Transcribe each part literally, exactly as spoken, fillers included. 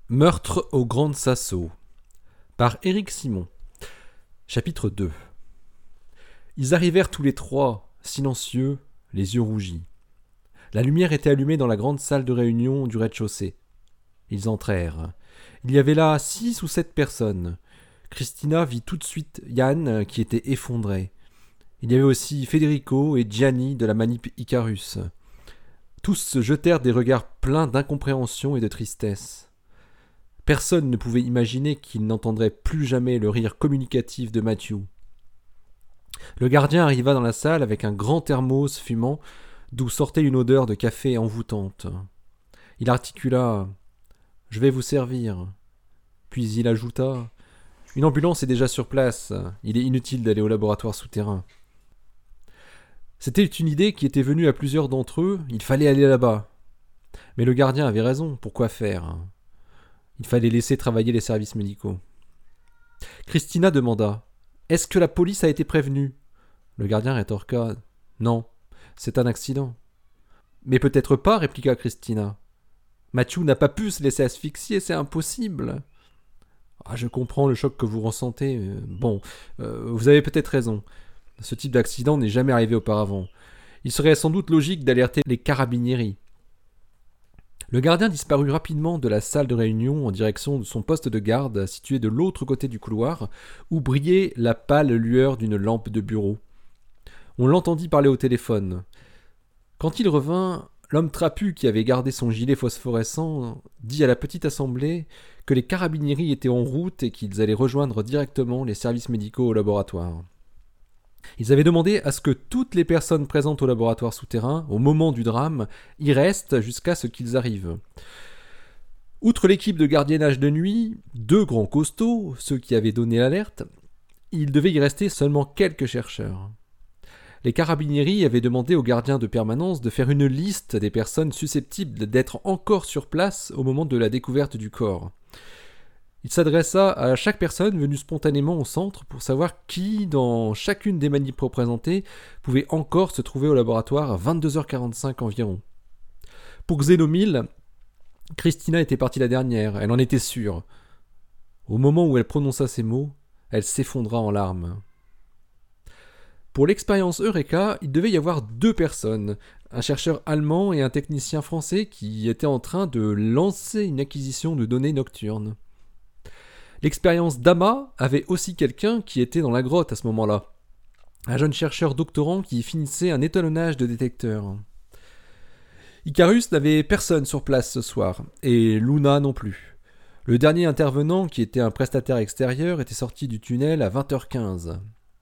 Meurtre au Grand Sasso par Éric Simon. Chapitre deux. Ils arrivèrent tous les trois, silencieux, les yeux rougis. La lumière était allumée dans la grande salle de réunion du rez-de-chaussée. Ils entrèrent. Il y avait là six ou sept personnes. Christina vit tout de suite Yann qui était effondré. Il y avait aussi Federico et Gianni de la manip Icarus. Tous se jetèrent des regards pleins d'incompréhension et de tristesse. Personne ne pouvait imaginer qu'ils n'entendraient plus jamais le rire communicatif de Matthew. Le gardien arriva dans la salle avec un grand thermos fumant d'où sortait une odeur de café envoûtante. Il articula « Je vais vous servir ». Puis il ajouta « Une ambulance est déjà sur place, il est inutile d'aller au laboratoire souterrain ». C'était une idée qui était venue à plusieurs d'entre eux, il fallait aller là-bas. Mais le gardien avait raison, pourquoi faire ? Il fallait laisser travailler les services médicaux. Christina demanda « Est-ce que la police a été prévenue ?» Le gardien rétorqua « Non, c'est un accident. » « Mais peut-être pas, répliqua Christina. « Matthew n'a pas pu se laisser asphyxier, c'est impossible. » Ah, je comprends le choc que vous ressentez. Bon, euh, vous avez peut-être raison. Ce type d'accident n'est jamais arrivé auparavant. Il serait sans doute logique d'alerter les carabinieri. Le gardien disparut rapidement de la salle de réunion en direction de son poste de garde situé de l'autre côté du couloir où brillait la pâle lueur d'une lampe de bureau. On l'entendit parler au téléphone. Quand il revint, l'homme trapu qui avait gardé son gilet phosphorescent dit à la petite assemblée que les carabinieri étaient en route et qu'ils allaient rejoindre directement les services médicaux au laboratoire. Ils avaient demandé à ce que toutes les personnes présentes au laboratoire souterrain, au moment du drame, y restent jusqu'à ce qu'ils arrivent. Outre l'équipe de gardiennage de nuit, deux grands costauds, ceux qui avaient donné l'alerte, il devait y rester seulement quelques chercheurs. Les carabinieri avaient demandé aux gardiens de permanence de faire une liste des personnes susceptibles d'être encore sur place au moment de la découverte du corps. Il s'adressa à chaque personne venue spontanément au centre pour savoir qui, dans chacune des manips représentées, pouvait encore se trouver au laboratoire à vingt-deux heures quarante-cinq environ. Pour Xénomile, Christina était partie la dernière, elle en était sûre. Au moment où elle prononça ces mots, elle s'effondra en larmes. Pour l'expérience Eureka, il devait y avoir deux personnes, un chercheur allemand et un technicien français qui étaient en train de lancer une acquisition de données nocturnes. L'expérience Dama avait aussi quelqu'un qui était dans la grotte à ce moment-là. Un jeune chercheur doctorant qui finissait un étalonnage de détecteurs. Icarus n'avait personne sur place ce soir, et Luna non plus. Le dernier intervenant, qui était un prestataire extérieur, était sorti du tunnel à vingt heures quinze.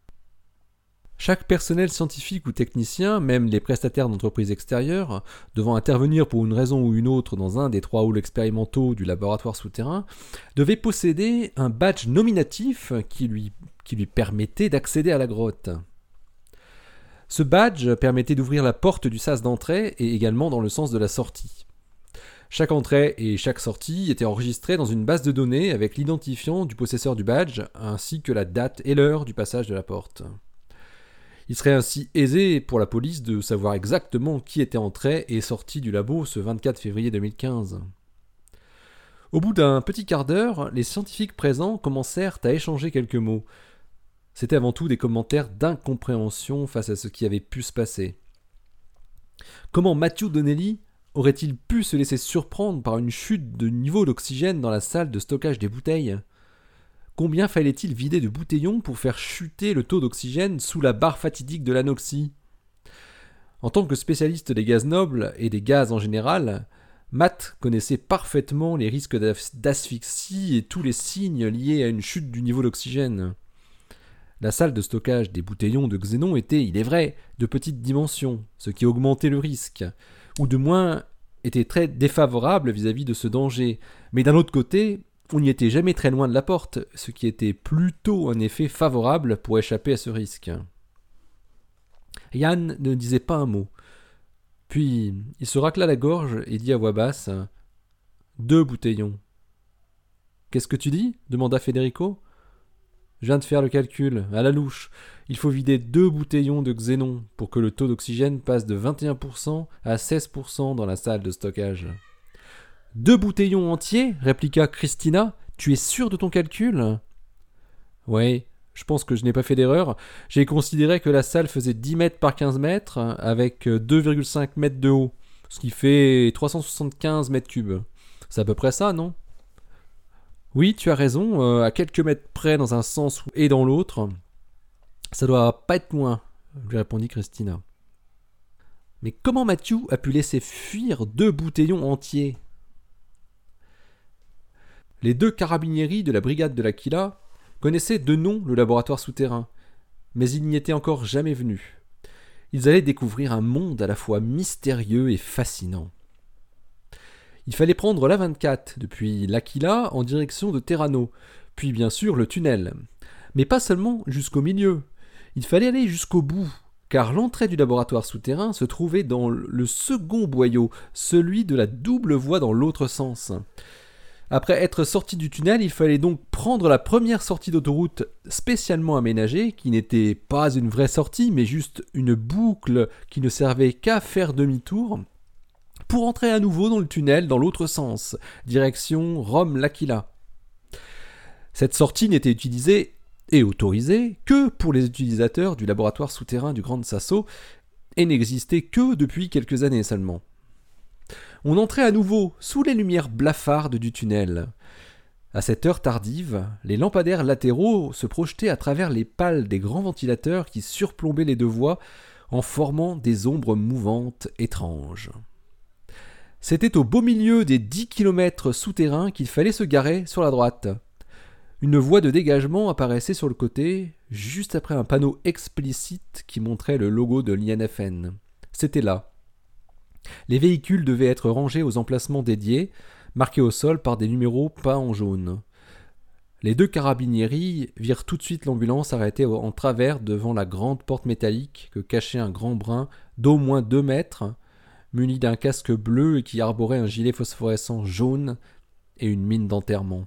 Chaque personnel scientifique ou technicien, même les prestataires d'entreprises extérieures, devant intervenir pour une raison ou une autre dans un des trois halls expérimentaux du laboratoire souterrain, devait posséder un badge nominatif qui lui, qui lui permettait d'accéder à la grotte. Ce badge permettait d'ouvrir la porte du sas d'entrée et également dans le sens de la sortie. Chaque entrée et chaque sortie étaient enregistrées dans une base de données avec l'identifiant du possesseur du badge ainsi que la date et l'heure du passage de la porte. Il serait ainsi aisé pour la police de savoir exactement qui était entré et sorti du labo ce vingt-quatre février deux mille quinze. Au bout d'un petit quart d'heure, les scientifiques présents commencèrent à échanger quelques mots. C'était avant tout des commentaires d'incompréhension face à ce qui avait pu se passer. Comment Matthew Donnelly aurait-il pu se laisser surprendre par une chute de niveau d'oxygène dans la salle de stockage des bouteilles ? Combien fallait-il vider de bouteillons pour faire chuter le taux d'oxygène sous la barre fatidique de l'anoxie ? En tant que spécialiste des gaz nobles et des gaz en général, Matt connaissait parfaitement les risques d'asphyxie et tous les signes liés à une chute du niveau d'oxygène. La salle de stockage des bouteillons de xénon était, il est vrai, de petite dimension, ce qui augmentait le risque, ou de moins était très défavorable vis-à-vis de ce danger. Mais d'un autre côté, on n'y était jamais très loin de la porte, ce qui était plutôt un effet favorable pour échapper à ce risque. Yann ne disait pas un mot. Puis, il se racla la gorge et dit à voix basse « Deux bouteillons. »« Qu'est-ce que tu dis ?» demanda Federico. « Je viens de faire le calcul, à la louche. Il faut vider deux bouteillons de xénon pour que le taux d'oxygène passe de vingt et un pour cent à seize pour cent dans la salle de stockage. » Deux bouteillons entiers répliqua Christina. Tu es sûr de ton calcul ? Oui, je pense que je n'ai pas fait d'erreur. J'ai considéré que la salle faisait dix mètres par quinze mètres, avec deux virgule cinq mètres de haut, ce qui fait trois cent soixante-quinze mètres cubes. C'est à peu près ça, non ? Oui, tu as raison, euh, à quelques mètres près dans un sens et dans l'autre. Ça doit pas être loin, lui répondit Christina. Mais comment Matthew a pu laisser fuir deux bouteillons entiers ? Les deux carabinieri de la brigade de l'Aquila connaissaient de nom le laboratoire souterrain, mais ils n'y étaient encore jamais venus. Ils allaient découvrir un monde à la fois mystérieux et fascinant. Il fallait prendre l'A vingt-quatre depuis l'Aquila en direction de Terrano, puis bien sûr le tunnel. Mais pas seulement jusqu'au milieu. Il fallait aller jusqu'au bout, car l'entrée du laboratoire souterrain se trouvait dans le second boyau, celui de la double voie dans l'autre sens. Après être sorti du tunnel, il fallait donc prendre la première sortie d'autoroute spécialement aménagée, qui n'était pas une vraie sortie, mais juste une boucle qui ne servait qu'à faire demi-tour, pour entrer à nouveau dans le tunnel dans l'autre sens, direction Rome-l'Aquila. Cette sortie n'était utilisée et autorisée que pour les utilisateurs du laboratoire souterrain du Grand Sasso, et n'existait que depuis quelques années seulement. On entrait à nouveau sous les lumières blafardes du tunnel. À cette heure tardive, les lampadaires latéraux se projetaient à travers les pales des grands ventilateurs qui surplombaient les deux voies en formant des ombres mouvantes étranges. C'était au beau milieu des dix kilomètres souterrains qu'il fallait se garer sur la droite. Une voie de dégagement apparaissait sur le côté, juste après un panneau explicite qui montrait le logo de l'I N F N. C'était là. Les véhicules devaient être rangés aux emplacements dédiés, marqués au sol par des numéros peints en jaune. Les deux carabinieri virent tout de suite l'ambulance arrêtée en travers devant la grande porte métallique que cachait un grand brun d'au moins deux mètres, muni d'un casque bleu et qui arborait un gilet phosphorescent jaune et une mine d'enterrement.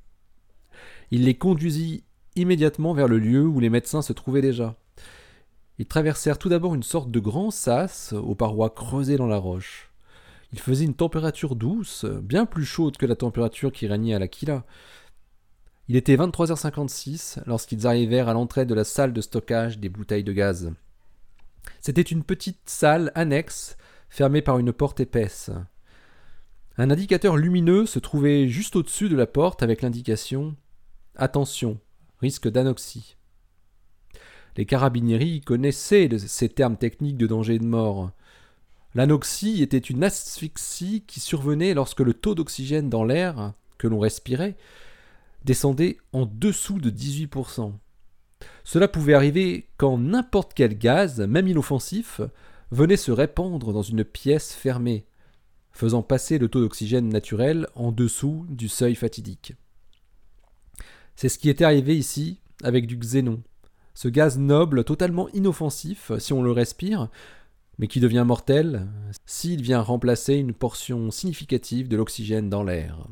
Il les conduisit immédiatement vers le lieu où les médecins se trouvaient déjà. Ils traversèrent tout d'abord une sorte de grand sas aux parois creusées dans la roche. Il faisait une température douce, bien plus chaude que la température qui régnait à l'Aquila. Il était vingt-trois heures cinquante-six lorsqu'ils arrivèrent à l'entrée de la salle de stockage des bouteilles de gaz. C'était une petite salle annexe, fermée par une porte épaisse. Un indicateur lumineux se trouvait juste au-dessus de la porte avec l'indication « Attention, risque d'anoxie ». Les carabinieri connaissaient ces termes techniques de danger et de mort. L'anoxie était une asphyxie qui survenait lorsque le taux d'oxygène dans l'air, que l'on respirait, descendait en dessous de dix-huit pour cent. Cela pouvait arriver quand n'importe quel gaz, même inoffensif, venait se répandre dans une pièce fermée, faisant passer le taux d'oxygène naturel en dessous du seuil fatidique. C'est ce qui était arrivé ici avec du xénon. Ce gaz noble, totalement inoffensif si on le respire, mais qui devient mortel s'il vient remplacer une portion significative de l'oxygène dans l'air.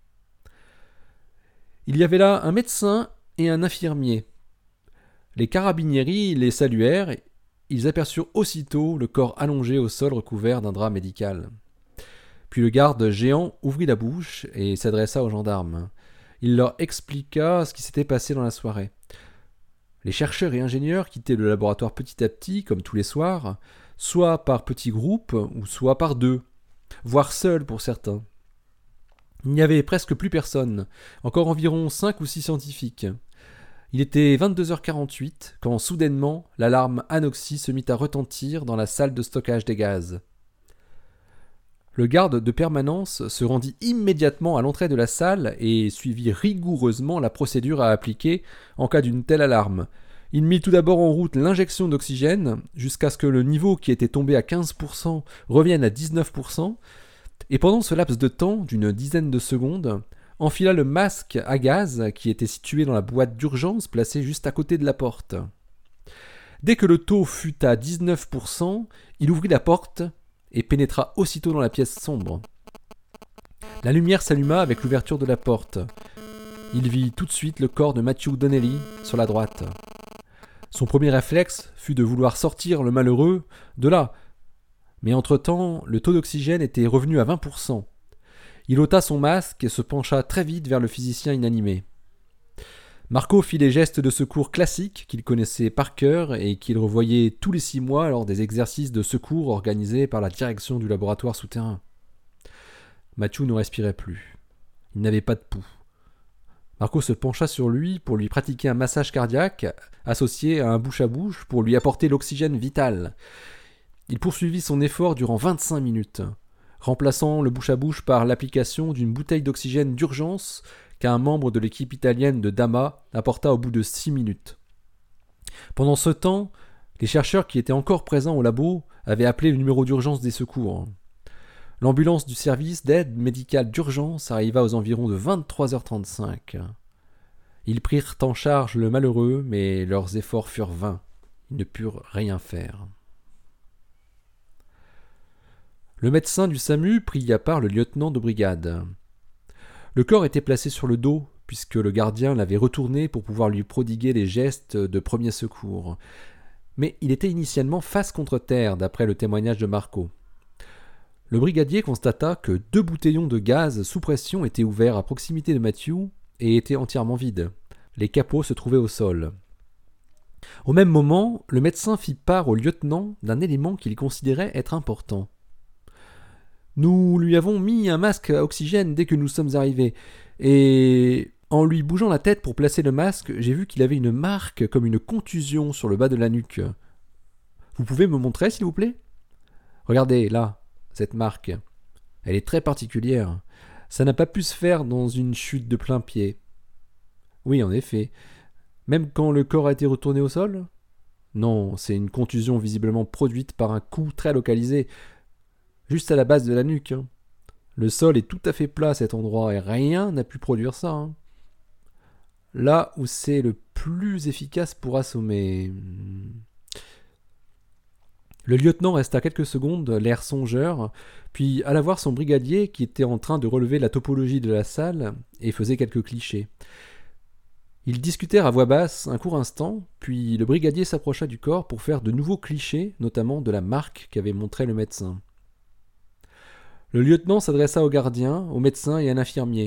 Il y avait là un médecin et un infirmier. Les carabinieri les saluèrent, ils aperçurent aussitôt le corps allongé au sol recouvert d'un drap médical. Puis le garde géant ouvrit la bouche et s'adressa aux gendarmes. Il leur expliqua ce qui s'était passé dans la soirée. Les chercheurs et ingénieurs quittaient le laboratoire petit à petit, comme tous les soirs, soit par petits groupes, ou soit par deux, voire seuls pour certains. Il n'y avait presque plus personne, encore environ cinq ou six scientifiques. Il était vingt-deux heures quarante-huit quand soudainement l'alarme anoxie se mit à retentir dans la salle de stockage des gaz. Le garde de permanence se rendit immédiatement à l'entrée de la salle et suivit rigoureusement la procédure à appliquer en cas d'une telle alarme. Il mit tout d'abord en route l'injection d'oxygène jusqu'à ce que le niveau qui était tombé à quinze pour cent revienne à dix-neuf pour cent et pendant ce laps de temps d'une dizaine de secondes, enfila le masque à gaz qui était situé dans la boîte d'urgence placée juste à côté de la porte. Dès que le taux fut à dix-neuf pour cent, il ouvrit la porte et pénétra aussitôt dans la pièce sombre. La lumière s'alluma avec l'ouverture de la porte. Il vit tout de suite le corps de Matthew Donnelly sur la droite. Son premier réflexe fut de vouloir sortir le malheureux de là, mais entre-temps, le taux d'oxygène était revenu à vingt pour cent. Il ôta son masque et se pencha très vite vers le physicien inanimé. Marco fit les gestes de secours classiques qu'il connaissait par cœur et qu'il revoyait tous les six mois lors des exercices de secours organisés par la direction du laboratoire souterrain. Matthew ne respirait plus. Il n'avait pas de pouls. Marco se pencha sur lui pour lui pratiquer un massage cardiaque associé à un bouche-à-bouche pour lui apporter l'oxygène vital. Il poursuivit son effort durant vingt-cinq minutes, remplaçant le bouche-à-bouche par l'application d'une bouteille d'oxygène d'urgence qu'un membre de l'équipe italienne de Dama apporta au bout de six minutes. Pendant ce temps, les chercheurs qui étaient encore présents au labo avaient appelé le numéro d'urgence des secours. L'ambulance du service d'aide médicale d'urgence arriva aux environs de vingt-trois heures trente-cinq. Ils prirent en charge le malheureux, mais leurs efforts furent vains. Ils ne purent rien faire. Le médecin du SAMU prit à part le lieutenant de brigade. Le corps était placé sur le dos, puisque le gardien l'avait retourné pour pouvoir lui prodiguer les gestes de premier secours. Mais il était initialement face contre terre, d'après le témoignage de Marco. Le brigadier constata que deux bouteillons de gaz sous pression étaient ouverts à proximité de Matthew et étaient entièrement vides. Les capots se trouvaient au sol. Au même moment, le médecin fit part au lieutenant d'un élément qu'il considérait être important. « Nous lui avons mis un masque à oxygène dès que nous sommes arrivés, et en lui bougeant la tête pour placer le masque, j'ai vu qu'il avait une marque comme une contusion sur le bas de la nuque. Vous pouvez me montrer, s'il vous plaît ? Regardez, là. Cette marque, elle est très particulière. Ça n'a pas pu se faire dans une chute de plein pied. Oui, en effet. Même quand le corps a été retourné au sol ? Non, c'est une contusion visiblement produite par un coup très localisé, juste à la base de la nuque. Hein. Le sol est tout à fait plat à cet endroit et rien n'a pu produire ça. Hein. Là où c'est le plus efficace pour assommer... Le lieutenant resta quelques secondes, l'air songeur, puis alla voir son brigadier qui était en train de relever la topologie de la salle et faisait quelques clichés. Ils discutèrent à voix basse un court instant, puis le brigadier s'approcha du corps pour faire de nouveaux clichés, notamment de la marque qu'avait montré le médecin. Le lieutenant s'adressa au gardien, au médecin et à l'infirmier.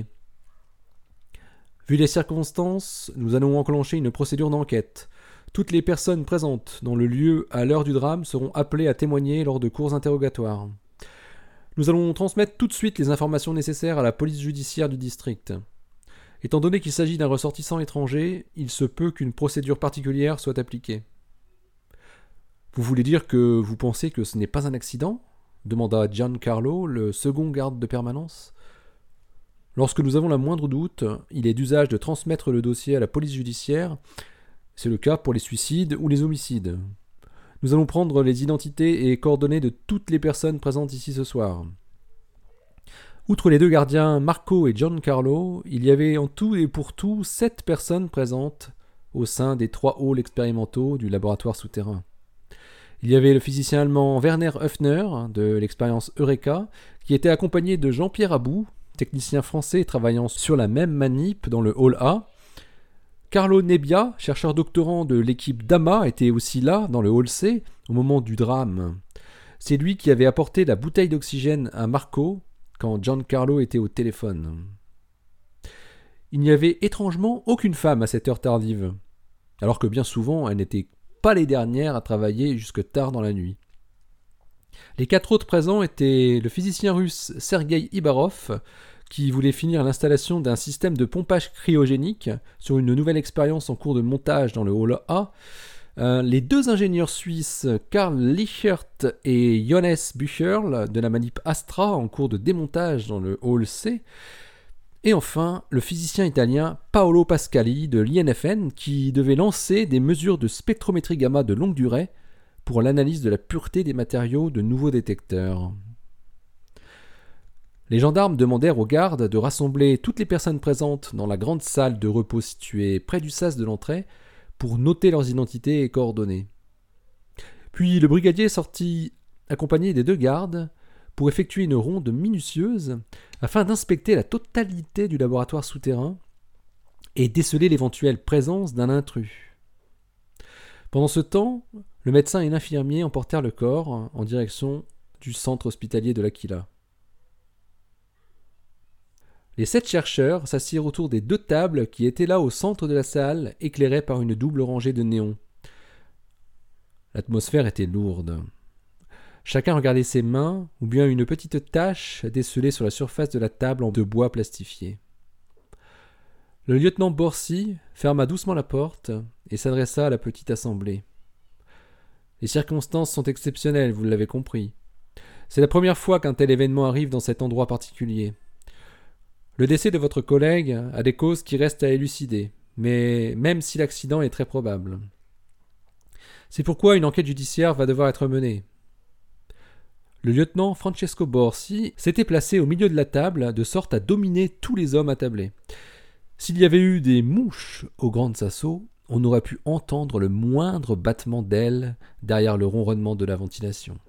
« Vu les circonstances, nous allons enclencher une procédure d'enquête. Toutes les personnes présentes dans le lieu à l'heure du drame seront appelées à témoigner lors de courts interrogatoires. Nous allons transmettre tout de suite les informations nécessaires à la police judiciaire du district. Étant donné qu'il s'agit d'un ressortissant étranger, il se peut qu'une procédure particulière soit appliquée. » « Vous voulez dire que vous pensez que ce n'est pas un accident ? Demanda Giancarlo, le second garde de permanence. « Lorsque nous avons la moindre doute, il est d'usage de transmettre le dossier à la police judiciaire. C'est le cas pour les suicides ou les homicides. Nous allons prendre les identités et coordonnées de toutes les personnes présentes ici ce soir. » Outre les deux gardiens Marco et Giancarlo, il y avait en tout et pour tout sept personnes présentes au sein des trois halls expérimentaux du laboratoire souterrain. Il y avait le physicien allemand Werner Höfner de l'expérience Eureka, qui était accompagné de Jean-Pierre Abou, technicien français travaillant sur la même manip dans le hall A. Carlo Nebbia, chercheur doctorant de l'équipe Dama, était aussi là, dans le hall C, au moment du drame. C'est lui qui avait apporté la bouteille d'oxygène à Marco quand Giancarlo était au téléphone. Il n'y avait étrangement aucune femme à cette heure tardive, alors que bien souvent elles n'étaient pas les dernières à travailler jusque tard dans la nuit. Les quatre autres présents étaient le physicien russe Sergei Ibarov, qui voulait finir l'installation d'un système de pompage cryogénique sur une nouvelle expérience en cours de montage dans le hall A, euh, les deux ingénieurs suisses Karl Lichert et Johannes Bücherl de la manip Astra en cours de démontage dans le hall C, et enfin le physicien italien Paolo Pascali de l'I N F N qui devait lancer des mesures de spectrométrie gamma de longue durée pour l'analyse de la pureté des matériaux de nouveaux détecteurs. Les gendarmes demandèrent aux gardes de rassembler toutes les personnes présentes dans la grande salle de repos située près du sas de l'entrée pour noter leurs identités et coordonnées. Puis le brigadier sortit accompagné des deux gardes pour effectuer une ronde minutieuse afin d'inspecter la totalité du laboratoire souterrain et déceler l'éventuelle présence d'un intrus. Pendant ce temps, le médecin et l'infirmier emportèrent le corps en direction du centre hospitalier de l'Aquila. Les sept chercheurs s'assirent autour des deux tables qui étaient là au centre de la salle, éclairées par une double rangée de néons. L'atmosphère était lourde. Chacun regardait ses mains, ou bien une petite tache décelée sur la surface de la table en de bois plastifié. Le lieutenant Borsi ferma doucement la porte et s'adressa à la petite assemblée. Les circonstances sont exceptionnelles, vous l'avez compris. C'est la première fois qu'un tel événement arrive dans cet endroit particulier. Le décès de votre collègue a des causes qui restent à élucider, mais même si l'accident est très probable. C'est pourquoi une enquête judiciaire va devoir être menée. Le lieutenant Francesco Borsi s'était placé au milieu de la table de sorte à dominer tous les hommes attablés. S'il y avait eu des mouches au Grand Sasso, on aurait pu entendre le moindre battement d'ailes derrière le ronronnement de la ventilation.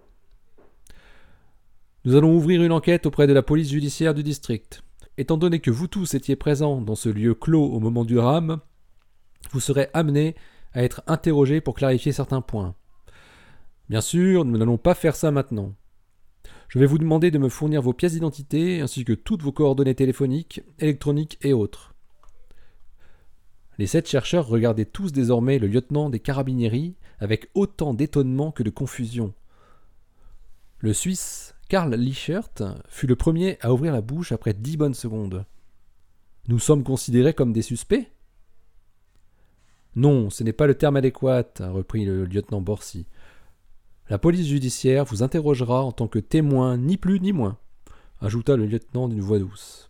Nous allons ouvrir une enquête auprès de la police judiciaire du district. Étant donné que vous tous étiez présents dans ce lieu clos au moment du drame, vous serez amenés à être interrogés pour clarifier certains points. Bien sûr, nous n'allons pas faire ça maintenant. Je vais vous demander de me fournir vos pièces d'identité ainsi que toutes vos coordonnées téléphoniques, électroniques et autres. Les sept chercheurs regardaient tous désormais le lieutenant des carabinieri avec autant d'étonnement que de confusion. Le Suisse, Karl Lichert, fut le premier à ouvrir la bouche après dix bonnes secondes. « Nous sommes considérés comme des suspects ?» « Non, ce n'est pas le terme adéquat, » reprit le lieutenant Borsi. « La police judiciaire vous interrogera en tant que témoin, ni plus ni moins, » ajouta le lieutenant d'une voix douce.